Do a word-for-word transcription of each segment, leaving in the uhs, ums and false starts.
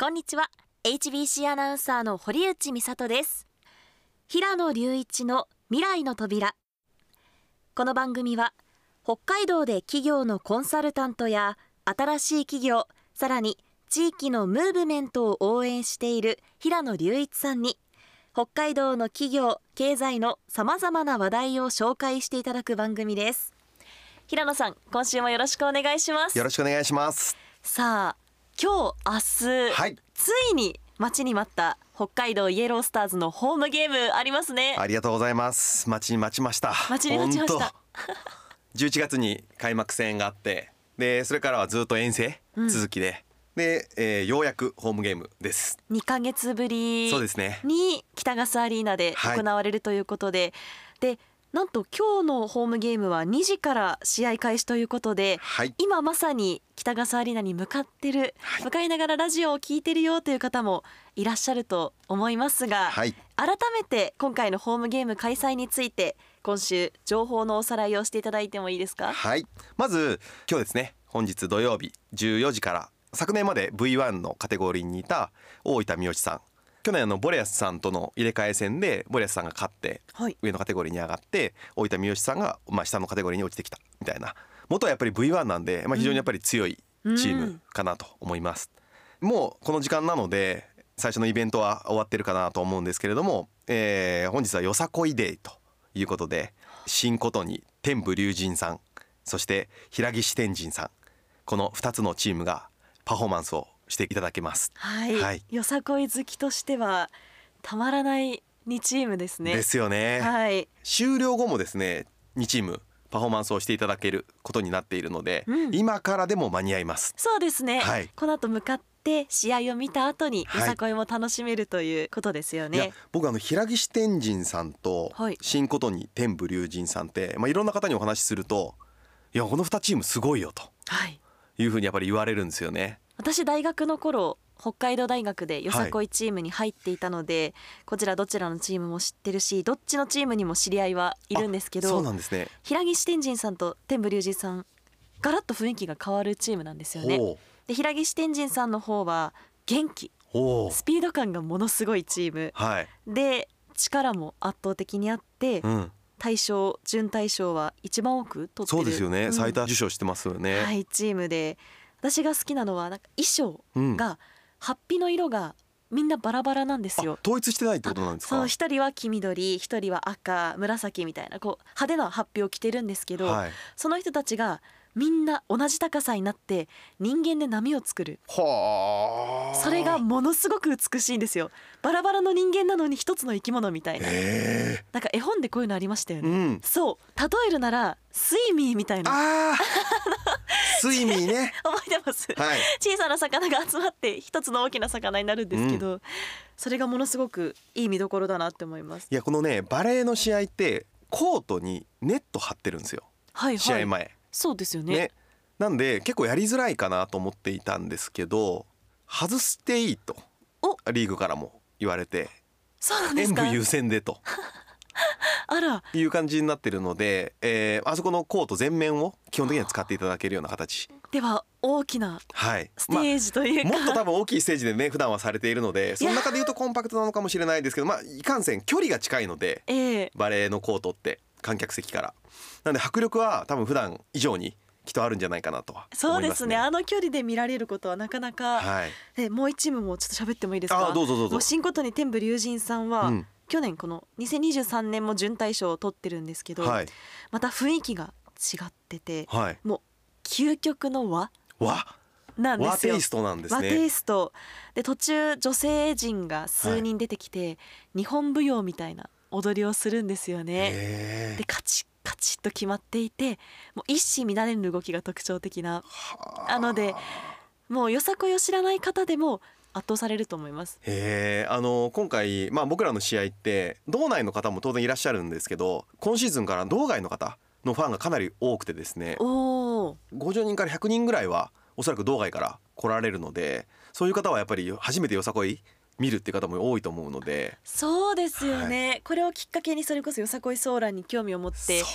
んにちは。 エイチビーシー アナウンサーの堀内美里です。平野隆一の未来の扉。この番組は北海道で企業のコンサルタントや新しい企業、さらに地域のムーブメントを応援している平野隆一さんに北海道の企業経済のさまざまな話題を紹介していただく番組です。平野さん、今週もよろしくお願いします。 よろしくお願いします。 さあ、今日明日、はい、ついに待ちに待った北海道イエロースターズのホームゲームありますね。 ありがとうございます。待ちに待ちました。 待ちに待ちましたじゅういちがつに開幕戦があって、でそれからはずっと遠征続きで、うん、で、えー、ようやくホームゲームです。 にかげつぶりそうですねに北笠アリーナで行われるということで、はい、でなんと今日のホームゲームはにじから試合開始ということで、はい、今まさに北笠アリーナに向かってる、はい、向かいながらラジオを聞いてるよという方もいらっしゃると思いますが、はい、改めて今回のホームゲーム開催について今週情報のおさらいをしていただいてもいいですか。 はい、まず今日ですね、本日土曜日じゅうよじから昨年まで ブイワン のカテゴリーにいた大分三好さん、去年あのボレアスさんとの入れ替え戦でボレアスさんが勝って上のカテゴリーに上がって、大分三好さんがまあ下のカテゴリーに落ちてきたみたいな。元はやっぱり ブイワン なんで、まあ非常にやっぱり強いチームかなと思います。もうこの時間なので最初のイベントは終わってるかなと思うんですけれども、えー、本日はよさこいデーということで、新ことに天武龍神さん、そして平岸天神さん、このふたつのチームがパフォーマンスをしていただけます。 はい、はい、よさこい好きとしてはたまらないにチームですね。 ですよね、はい、終了後もですねにチームパフォーマンスをしていただけることになっているので、うん、今からでも間に合います。 そうですね、はい、この後向かって試合を見た後によさこいも楽しめるということですよね。 いや僕あの平岸天神さんと新ことに天武龍神さんって、まあ、いろんな方にお話しすると、いやこのにチームすごいよと、はい、いうふうにやっぱり言われるんですよね。 私大学の頃北海道大学でよさこいチームに入っていたので、はい、こちらどちらのチームも知ってるし、どっちのチームにも知り合いはいるんですけど、 そうなんですね、 平岸天神さんと天武龍神さんガラッと雰囲気が変わるチームなんですよね。で平岸天神さんの方は元気、スピード感がものすごいチーム、はい、で力も圧倒的にあって、うん、大賞準大賞は一番多く取ってる、 そうですよね、うん、最多受賞してますよね。 はい、チームで私が好きなのはなんか衣装が、うん、ハッピーの色がみんなバラバラなんですよ。 統一してないってことなんですか。 そう、一人は黄緑、一人は赤、紫みたいなこう派手なハッピーを着てるんですけど、はい、その人たちがみんな同じ高さになって人間で波を作る。はあ、それがものすごく美しいんですよ。バラバラの人間なのに一つの生き物みたいな。なんか絵本でこういうのありましたよね、うん、そう例えるならスイミーみたいな。あスイミーね覚えてます、はい、小さな魚が集まって一つの大きな魚になるんですけど、うん、それがものすごくいい見どころだなって思います。 いやこのねバレーの試合ってコートにネット張ってるんですよ、はいはい、試合前。 そうですよ ね, ねなんで結構やりづらいかなと思っていたんですけど、外していいとリーグからも言われて、 そうなんですか、 演武優先でとあらいう感じになってるので、えー、あそこのコート全面を基本的には使っていただけるような形では大きなステージというか、 はい、まあ、もっと多分大きいステージでね普段はされているので、その中でいうとコンパクトなのかもしれないですけど、まあいかんせん距離が近いので、えー、バレーのコートって観客席からなんで迫力は多分普段以上にきっとあるんじゃないかなとは思いますね。 そうですね、あの距離で見られることはなかなか、はい、でもう一チームもちょっと喋ってもいいですか。 あ、どうぞどうぞ。もう新ことに天武龍神さんは、うん、去年このにせんにじゅうさんねんも準大賞を取ってるんですけど、はい、また雰囲気が違ってて、はい、もう究極の和和なんですよ。 和テイストなんですね。 和テイストで途中女性陣が数人出てきて、はい、日本舞踊みたいな踊りをするんですよね。でカチッカチッと決まっていて、もう一糸乱れぬ動きが特徴的ななので、もうよさこいを知らない方でも圧倒されると思います。 へー、あの今回、まあ、僕らの試合って道内の方も当然いらっしゃるんですけど、今シーズンから道外の方のファンがかなり多くてですね、おごじゅうにんからひゃくにんぐらいはおそらく道外から来られるので、そういう方はやっぱり初めてよさこい見るっていう方も多いと思うので。 そうですよね、はい、これをきっかけにそれこそよさこいソーランに興味を持って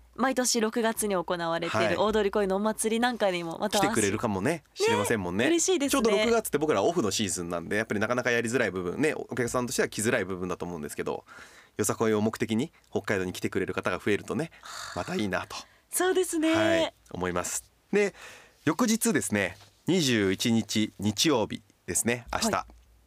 毎年ろくがつに行われていはいる大通公園のお祭りなんかにもまた来てくれるかもね知れませんもんね。 嬉しいですね。 ちょうどろくがつって僕らオフのシーズンなんでやっぱりなかなかやりづらい部分ね、お客さんとしては来づらい部分だと思うんですけど、よさこいを目的に北海道に来てくれる方が増えるとねまたいいなと、 そうですね、 はい、思います。で翌日ですねにじゅういちにち日曜日ですね、明日、はい、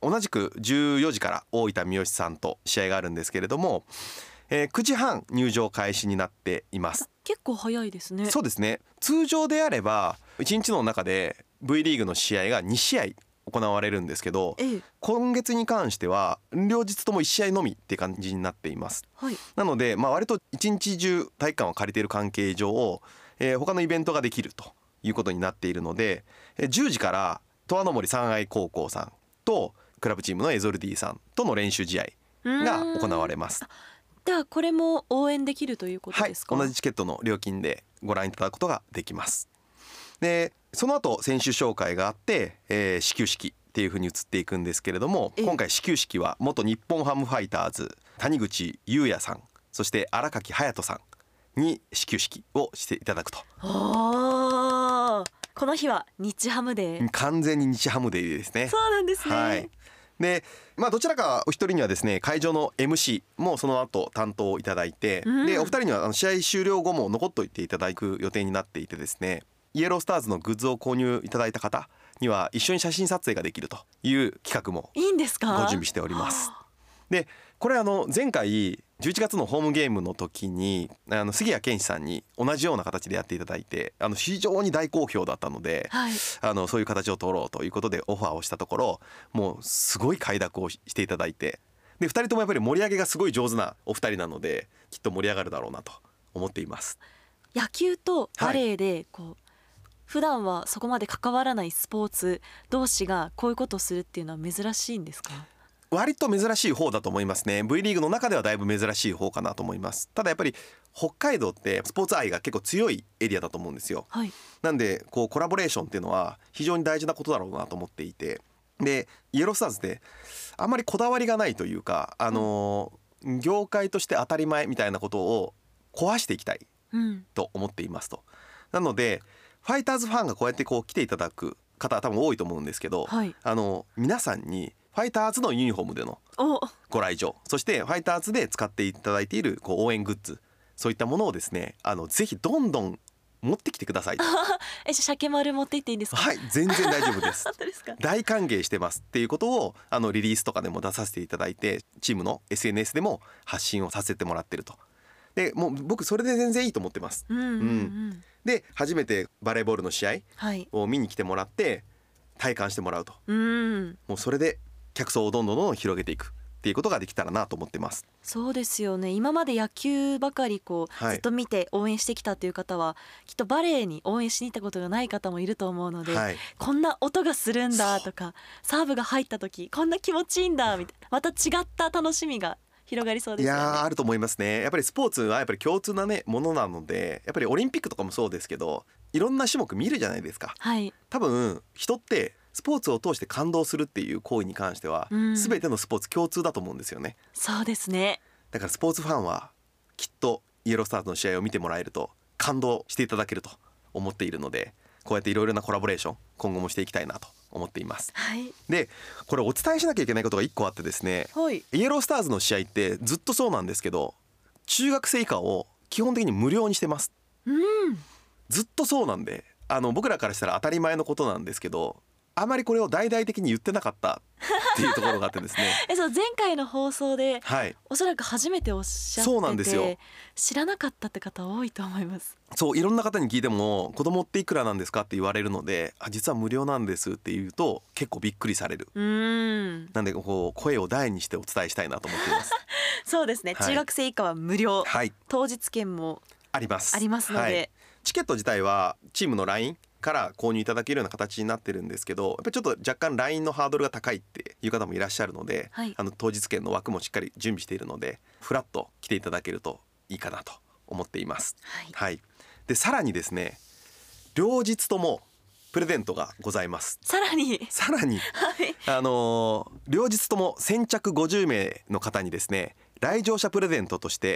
同じくじゅうよじから大分三好さんと試合があるんですけれども、えー、くじはん入場開始になっています。 結構早いですね。 そうですね、通常であればいちにちの中で V リーグの試合がにしあい行われるんですけど、ええ、今月に関しては両日ともいちしあいのみって感じになっています、はい、なので、まあ、割と一日中体育館を借りている関係上、えー、他のイベントができるということになっているので、じゅうじから十和の森三愛高校さんとクラブチームのエゾルディさんとの練習試合が行われます。 ではこれも応援できるということですか？ はい、同じチケットの料金でご覧いただくことができます。でその後選手紹介があって、えー、始球式っていう風に移っていくんですけれども、今回始球式は元日本ハムファイターズ谷口優也さん、そして荒垣隼人さんに始球式をしていただくと。 あ、この日は日ハムデー、 完全に日ハムデーですね。 そうなんですね、 はい。でまあ、どちらかお一人にはですね会場の エムシー もその後担当いただいて、うん、でお二人にはあの試合終了後も残っておいていただく予定になっていてですね、イエロースターズのグッズを購入いただいた方には一緒に写真撮影ができるという企画もいいんですか？ ご準備しております。でこれあの前回じゅういちがつのホームゲームの時にあの杉谷拳士さんに同じような形でやっていただいて、あの非常に大好評だったので、はい、あのそういう形を取ろうということでオファーをしたところ、もうすごい快諾をしていただいて、でふたりともやっぱり盛り上げがすごい上手なお二人なのできっと盛り上がるだろうなと思っています。 野球とバレーでこう、はい、普段はそこまで関わらないスポーツ同士がこういうことをするっていうのは珍しいんですか？ 割と珍しい方だと思いますね。 V リーグの中ではだいぶ珍しい方かなと思います。ただやっぱり北海道ってスポーツ愛が結構強いエリアだと思うんですよ、はい、なんでこうコラボレーションっていうのは非常に大事なことだろうなと思っていて、でイエロースターズってあんまりこだわりがないというか、あのー、業界として当たり前みたいなことを壊していきたいと思っていますと、うん、なのでファイターズファンがこうやってこう来ていただく方は多分多いと思うんですけど、はい、あの皆さんにファイターズのユニフォームでのご来場、そしてファイターズで使っていただいているこう応援グッズ、そういったものをですね、あのぜひどんどん持ってきてくださいと。 え、鮭丸持っていっていいんですか？ はい、全然大丈夫です。 本当ですか？ 大歓迎してますっていうことをあのリリースとかでも出させていただいて、チームの エスエヌエス でも発信をさせてもらってると。でもう僕それで全然いいと思ってます、うんうんうんうん、で初めてバレーボールの試合を見に来てもらって体感してもらうと、うん、もうそれで客層をどんどんどんどん広げていくっていうことができたらなと思ってます。 そうですよね。今まで野球ばかりこう、はい、ずっと見て応援してきたという方はきっとバレーに応援しに行ったことがない方もいると思うので、はい、こんな音がするんだとかサーブが入った時こんな気持ちいいんだみたいな、また違った楽しみが広がりそうですよね。 いやあると思いますね。やっぱりスポーツはやっぱり共通なねものなので、やっぱりオリンピックとかもそうですけどいろんな種目見るじゃないですか、はい、多分人ってスポーツを通して感動するっていう行為に関しては、うん、全てのスポーツ共通だと思うんですよね。 そうですね。 だからスポーツファンはきっとイエロースターズの試合を見てもらえると感動していただけると思っているので、こうやっていろいろなコラボレーション今後もしていきたいなと思っています、はい、でこれお伝えしなきゃいけないことがいっこあってですね、はい、イエロースターズの試合ってずっとそうなんですけど中学生以下を基本的に無料にしてます、うん、ずっとそうなんであの僕らからしたら当たり前のことなんですけど、あまりこれを大々的に言ってなかったっていうところがあってですねえそう前回の放送で、はい、おそらく初めておっしゃってて、そうなんですよ、知らなかったって方多いと思います。 そういろんな方に聞いても子供っていくらなんですかって言われるので、あ実は無料なんですって言うと結構びっくりされる。うーんなんでこう声を大にしてお伝えしたいなと思っていますそうですね、はい、中学生以下は無料、はい、当日券もありますありますので、はい、 チケット自体はチームの ラインから購入いただけるような形になってるんですけど、やっぱりちょっと若干 ライン のハードルが高いっていう方もいらっしゃるので、はい、あの当日券の枠もしっかり準備しているのでフラッと来ていただけるといいかなと思っています、はいはい、でさらにですね両日ともプレゼントがございます。 さらにさらに、はい、あのー、両日とも先着ごじゅうめいの方にですね来場者プレゼントとして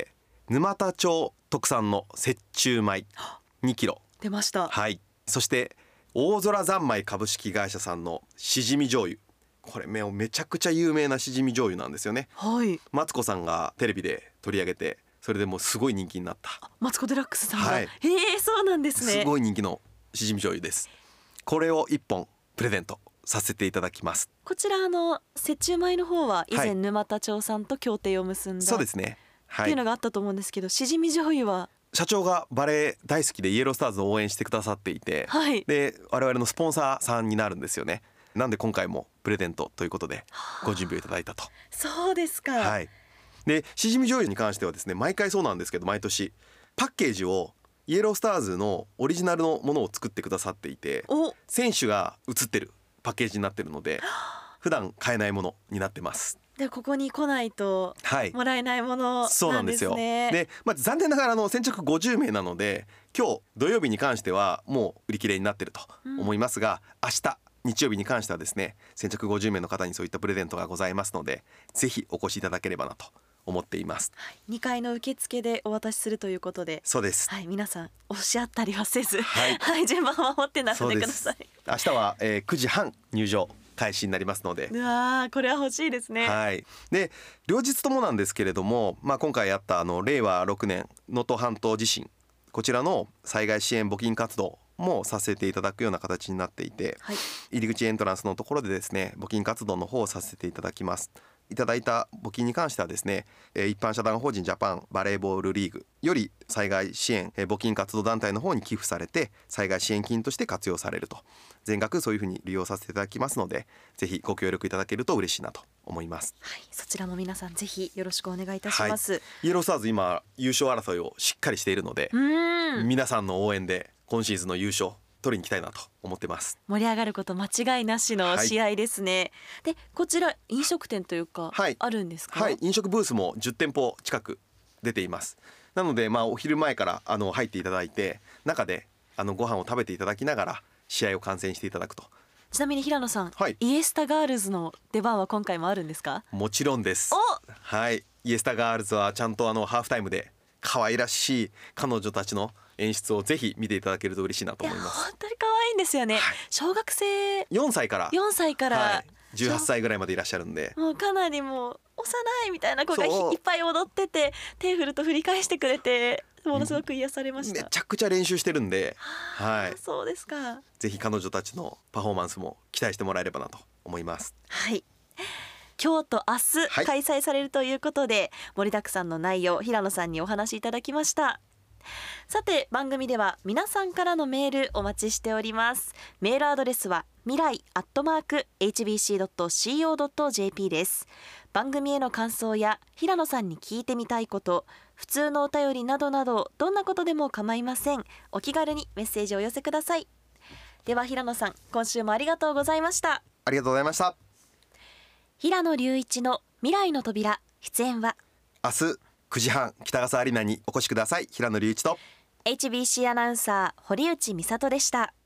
沼田町特産の雪中米にキロ出ました。 はい。そして大空三昧株式会社さんのしじみ醤油、これめめちゃくちゃ有名なしじみ醤油なんですよね。 はい。 マツコさんがテレビで取り上げて、それでもうすごい人気になった。 マツコデラックスさんが、 はい、 へえ、そうなんですね。 すごい人気のしじみ醤油です。これをいっぽんプレゼントさせていただきます。 こちらあの雪中米の方は以前、 はい、 沼田町さんと協定を結んだそうですね、はい、 っていうのがあったと思うんですけど、しじみ醤油は社長がバレー大好きでイエロースターズを応援してくださっていて、 はい、 で我々のスポンサーさんになるんですよね。なんで今回もプレゼントということでご準備をいただいたと。 そうですか。 はい。でしじみ醤油に関してはですね、毎回そうなんですけど、毎年パッケージをイエロースターズのオリジナルのものを作ってくださっていて、選手が写ってるパッケージになってるので普段買えないものになってます。 でここに来ないともらえないものなんですね。 そうなんですよ。で、まあ、残念ながらの先着ごじゅうめいなので、今日土曜日に関してはもう売り切れになってると思いますが、うん、明日日曜日に関してはですね、先着ごじゅうめいの方にそういったプレゼントがございますので、ぜひお越しいただければなと思っています。 はい、にかいの受付でお渡しするということで。 そうです。 はい、皆さん押し合ったりはせず、はい、はい、順番を守って並んでください。 明日は、えー、くじはん入場開始になりますので、 うわー、これは欲しいですね。 はい。で両日ともなんですけれども、まあ、今回やったあのれいわろくねん能登半島地震、こちらの災害支援募金活動もさせていただくような形になっていて、はい、入り口エントランスのところでですね、募金活動の方をさせていただきます。いただいた募金に関してはですね、一般社団法人ジャパンバレーボールリーグより災害支援募金活動団体の方に寄付されて、災害支援金として活用されると、全額そういうふうに利用させていただきますので、ぜひご協力いただけると嬉しいなと思います。 はい、そちらも皆さんぜひよろしくお願いいたします。はい、 イエロースターズ今優勝争いをしっかりしているので、皆さんの応援で今シーズンの優勝取りに行きたいなと思ってます。 盛り上がること間違いなしの試合ですね。はい、でこちら飲食店というか、はい、あるんですか？ はい、飲食ブースもじゅってんぽ近く出ています。なので、まあ、お昼前からあの入っていただいて、中であのご飯を食べていただきながら試合を観戦していただくと。 ちなみに平野さん、 はい、 イエスタガールズの出番は今回もあるんですか？ もちろんです。はい、イエスタガールズはちゃんとあのハーフタイムで可愛らしい彼女たちの演出をぜひ見ていただけると嬉しいなと思います。 本当に可愛いんですよね。はい、小学生よんさいからよんさいから、はい、 じゅうはっさいぐらいまでいらっしゃるんで、 もうかなりもう幼いみたいな子がいっぱい踊ってて、手振ると振り返してくれて、ものすごく癒されました。 めちゃくちゃ練習してるんで、 はい、そうですか。 ぜひ彼女たちのパフォーマンスも期待してもらえればなと思います。 はい、今日と明日開催されるということで、はい、盛りだくさんの内容、平野さんにお話しいただきました。さて番組では皆さんからのメールお待ちしております。メールアドレスは未来アットマーク エイチビーシードットシーオードットジェーピー です。番組への感想や平野さんに聞いてみたいこと、普通のお便りなどなど、どんなことでも構いません。お気軽にメッセージをお寄せください。では平野さん、今週もありがとうございました。 ありがとうございました。 平野隆一の未来の扉、出演は明日くじはん北笠アリーナにお越しください。平野隆一とエイチビーシー アナウンサー堀内美里でした。